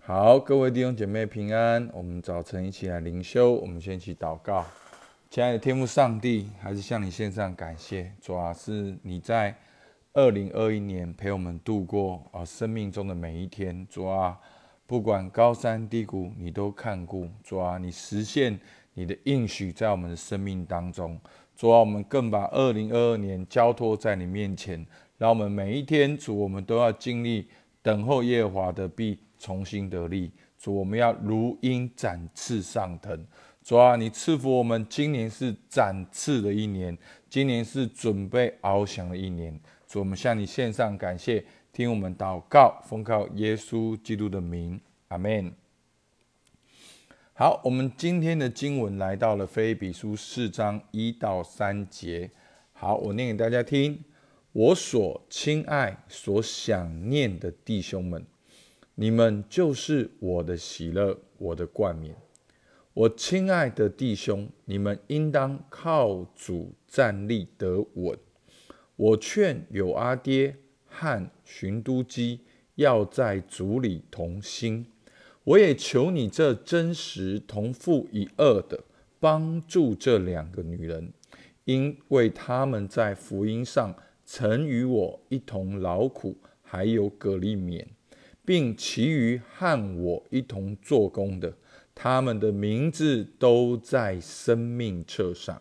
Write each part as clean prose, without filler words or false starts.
好，各位弟兄姐妹平安。我们早晨一起来灵修，我们先一起祷告。亲爱的天父上帝，还是向你献上感谢。主啊，是你在2021年陪我们度过生命中的每一天。主啊，不管高山低谷，你都看顾。主啊，你实现你的应许在我们的生命当中。主啊，我们更把2022年交托在你面前，让我们每一天，主，我们都要经历等候耶和华的必重新得力。主，我们要如鹰展翅上腾。主啊，你赐福我们，今年是展翅的一年，今年是准备翱翔的一年。主，我们向你献上感谢，听我们祷告，奉靠耶稣基督的名，阿们。好，我们今天的经文来到了腓立比书4章1到3节。好，我念给大家听。我所亲爱、所想念的弟兄们，你们就是我的喜乐，我的冠冕。我亲爱的弟兄，你们应当靠主站立得稳。我劝友阿爹和寻都基要在主里同心。我也求你这真实同父一轭的，帮助这2个女人，因为他们在福音上曾与我一同劳苦，还有葛利勉，并其余和我一同做工的，他们的名字都在生命册上。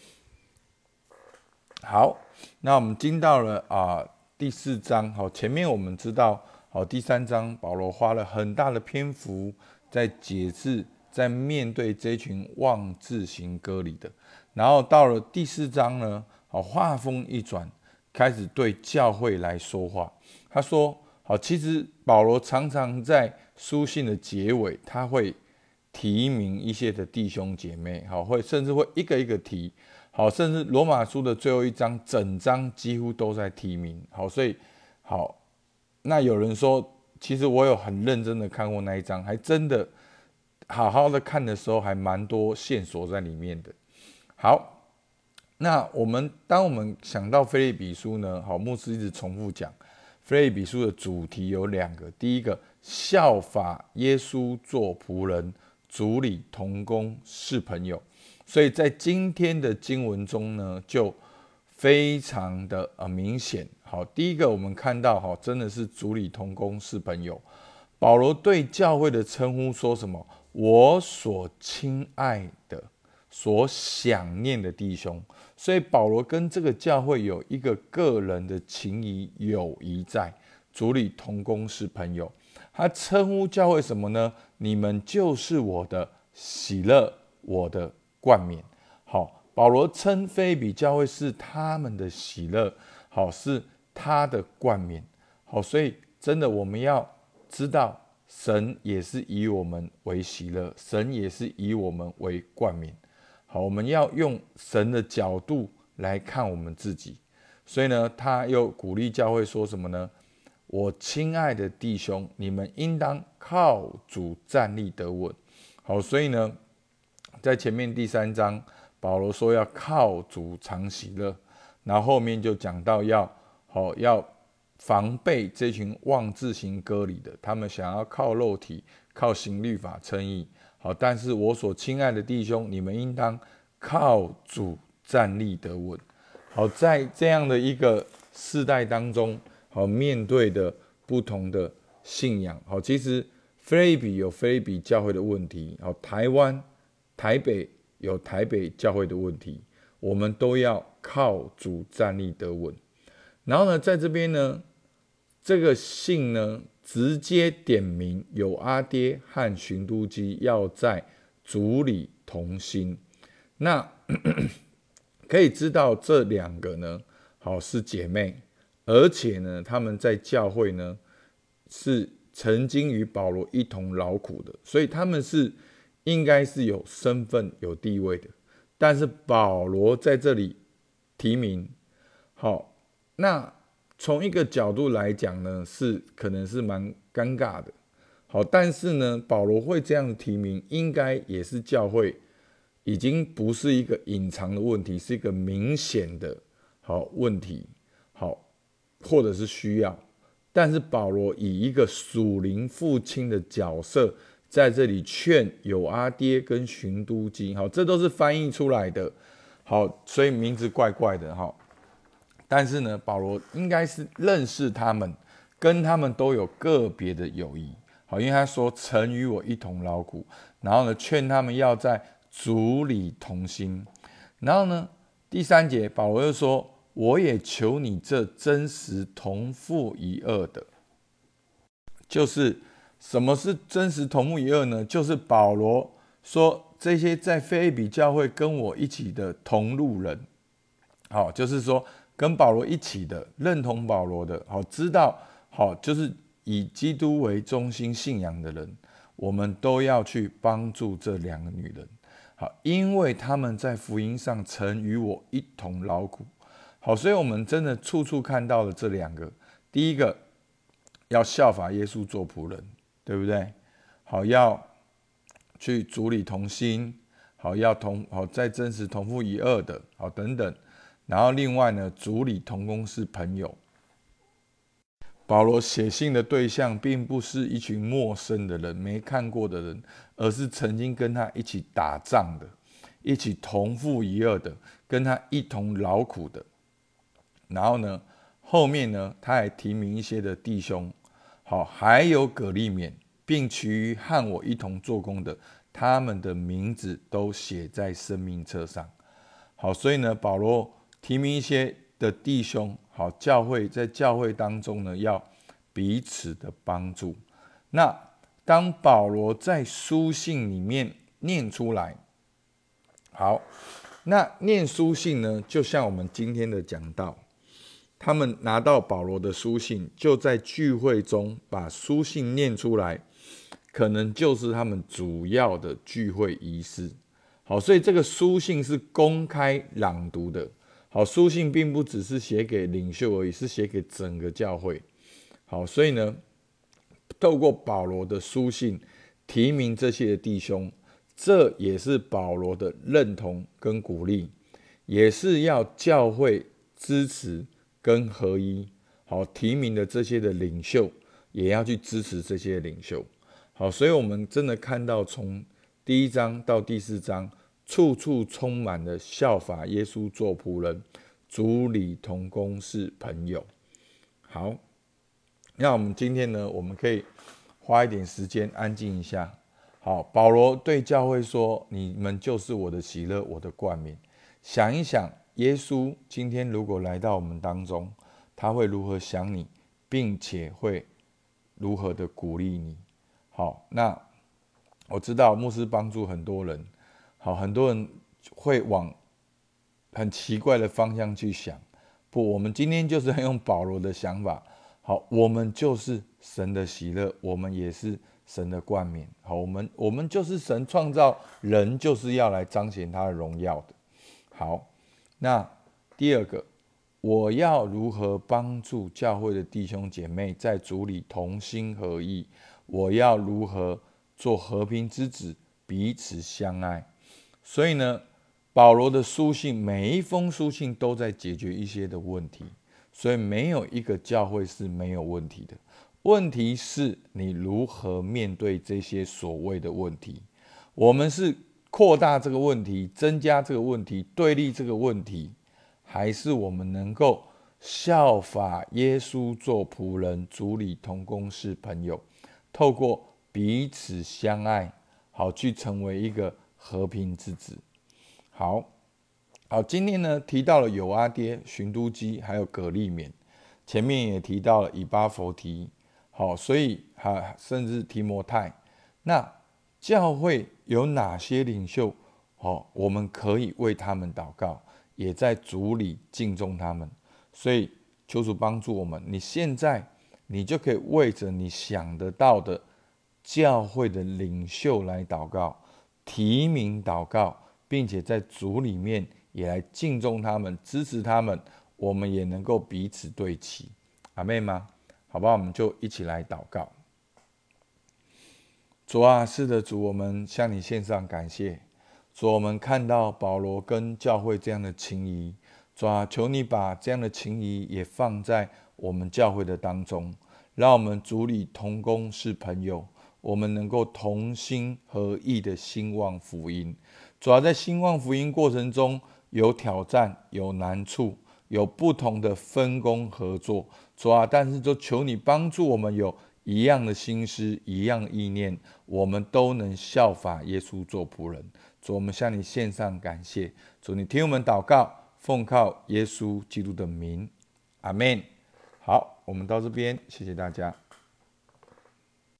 好，那我们进到了第4章。好，前面我们知道，第3章保罗花了很大的篇幅在解释，在面对这群妄自行割礼的。然后到了第4章呢，话锋一转，开始对教会来说话。他说，其实保罗常常在书信的结尾，他会提名一些的弟兄姐妹，甚至会一个一个提。甚至罗马书的最后1章，整章几乎都在提名。所以那有人说，其实我有很认真的看过那一章，还真的好好的看的时候，还蛮多线索在里面的。好，那当我们想到腓立比书呢，牧师一直重复讲，腓立比书的主题有2个，第一个效法耶稣做仆人，主里同工是朋友。所以在今天的经文中呢，就非常的明显。第一个我们看到真的是主里同工是朋友。保罗对教会的称呼说什么？我所亲爱的、所想念的弟兄。所以保罗跟这个教会有一个个人的情谊友谊在，主里同工是朋友。他称呼教会什么呢？你们就是我的喜乐，我的冠冕。保罗称腓立比教会是他们的喜乐，是他的冠冕。所以真的我们要知道，神也是以我们为喜乐，神也是以我们为冠冕。我们要用神的角度来看我们自己。所以呢，他又鼓励教会说什么呢？我亲爱的弟兄，你们应当靠主站立得稳。所以呢，在前面第3章，保罗说要靠主常喜乐，然后后面就讲到要防备这群妄自行割礼的，他们想要靠肉体、靠行律法称义。但是我所亲爱的弟兄，你们应当靠主站立得稳。在这样的一个世代当中，面对的不同的信仰，其实腓立比有腓立比教会的问题，台湾台北有台北教会的问题，我们都要靠主站立得稳。然后呢，在这边呢，这个信呢，直接点名有阿爹和寻都基要在主里同心。那可以知道这2个呢，是姐妹，而且呢，他们在教会呢是曾经与保罗一同劳苦的，所以他们是应该是有身份、有地位的。但是保罗在这里提名，那从一个角度来讲呢，可能是蛮尴尬的。但是呢，保罗会这样提名，应该也是教会已经不是一个隐藏的问题，是一个明显的问题，或者是需要。 但是保罗以一个属灵父亲的角色，在这里劝友阿爹跟寻都基，好，这都是翻译出来的，好，所以名字怪怪的，好，但是呢，保罗应该是认识他们，跟他们都有个别的友谊，好，因为他说曾与我一同劳苦，然后呢，劝他们要在主里同心，然后呢，第3节保罗又说，我也求你这真实同父一轭的，就是什么是真实同父一轭呢？就是保罗说这些在腓立比教会跟我一起的同路人，好，就是说跟保罗一起的，认同保罗的，好，知道，好，就是以基督为中心信仰的人，我们都要去帮助这2个女人，好，因为他们在福音上曾与我一同劳苦，好，所以我们真的处处看到了这2个，第一个要效法耶稣做仆人，对不对？好，要去主里同心，好，好在真实同父一轭的，好等等。然后另外呢，主里同工是朋友。保罗写信的对象并不是一群陌生的人、没看过的人，而是曾经跟他一起打仗的、一起同父一轭的、跟他一同劳苦的。然后呢，后面呢，他还提名一些的弟兄，好，还有葛利勉，并其余和我一同做工的，他们的名字都写在生命册上。好，所以呢，保罗提名一些的弟兄，好，在教会当中呢，要彼此的帮助。那当保罗在书信里面念出来，好，那念书信呢，就像我们今天的讲道，他们拿到保罗的书信，就在聚会中把书信念出来，可能就是他们主要的聚会仪式。好，所以这个书信是公开朗读的。好，书信并不只是写给领袖而已，是写给整个教会。好，所以呢，透过保罗的书信提名这些的弟兄，这也是保罗的认同跟鼓励，也是要教会支持跟合一。好，提名的这些的领袖也要去支持这些领袖。好，所以我们真的看到从第1章到第4章，处处充满了效法耶稣做仆人，主里同工是朋友。好，那我们今天呢，我们可以花一点时间安静一下。好，保罗对教会说：“你们就是我的喜乐，我的冠冕。”想一想，耶稣今天如果来到我们当中，他会如何想你，并且会如何的鼓励你。好，那我知道牧师帮助很多人，好，很多人会往很奇怪的方向去想。不，我们今天就是用保罗的想法。好，我们就是神的喜乐，我们也是神的冠冕。好，我们就是神创造人，就是要来彰显他的荣耀的。好，那第2个，我要如何帮助教会的弟兄姐妹在主里同心合意？我要如何做和平之子，彼此相爱？所以呢，保罗的书信，每一封书信都在解决一些的问题，所以没有一个教会是没有问题的。问题是你如何面对这些所谓的问题。我们是扩大这个问题，增加这个问题，对立这个问题，还是我们能够效法耶稣做仆人，主里同工是朋友，透过彼此相爱，好去成为一个和平之子。好，今天呢提到了友阿爹、寻都基，还有葛利勉，前面也提到了以巴弗提，好，所以甚至提摩太。那教会有哪些领袖？好，我们可以为他们祷告，也在主里敬重他们。所以求主帮助我们，你现在你就可以为着你想得到的教会的领袖来祷告，提名祷告，并且在主里面也来敬重他们，支持他们，我们也能够彼此对齐。阿们吗？好吧，我们就一起来祷告。主啊，是的，主，我们向你献上感谢。主，我们看到保罗跟教会这样的情谊，主啊，求你把这样的情谊也放在我们教会的当中， 让我们主里同工是朋友，我们能够同心合意的兴旺福音。主要在兴旺福音过程中有挑战，有难处，有不同的分工合作。主啊，但是就求你帮助我们有一样的心思，一样的意念，我们都能效法耶稣做仆人。主，我们向你献上感谢。主，你听我们祷告，奉靠耶稣基督的名，阿们。好，我们到这边，谢谢大家。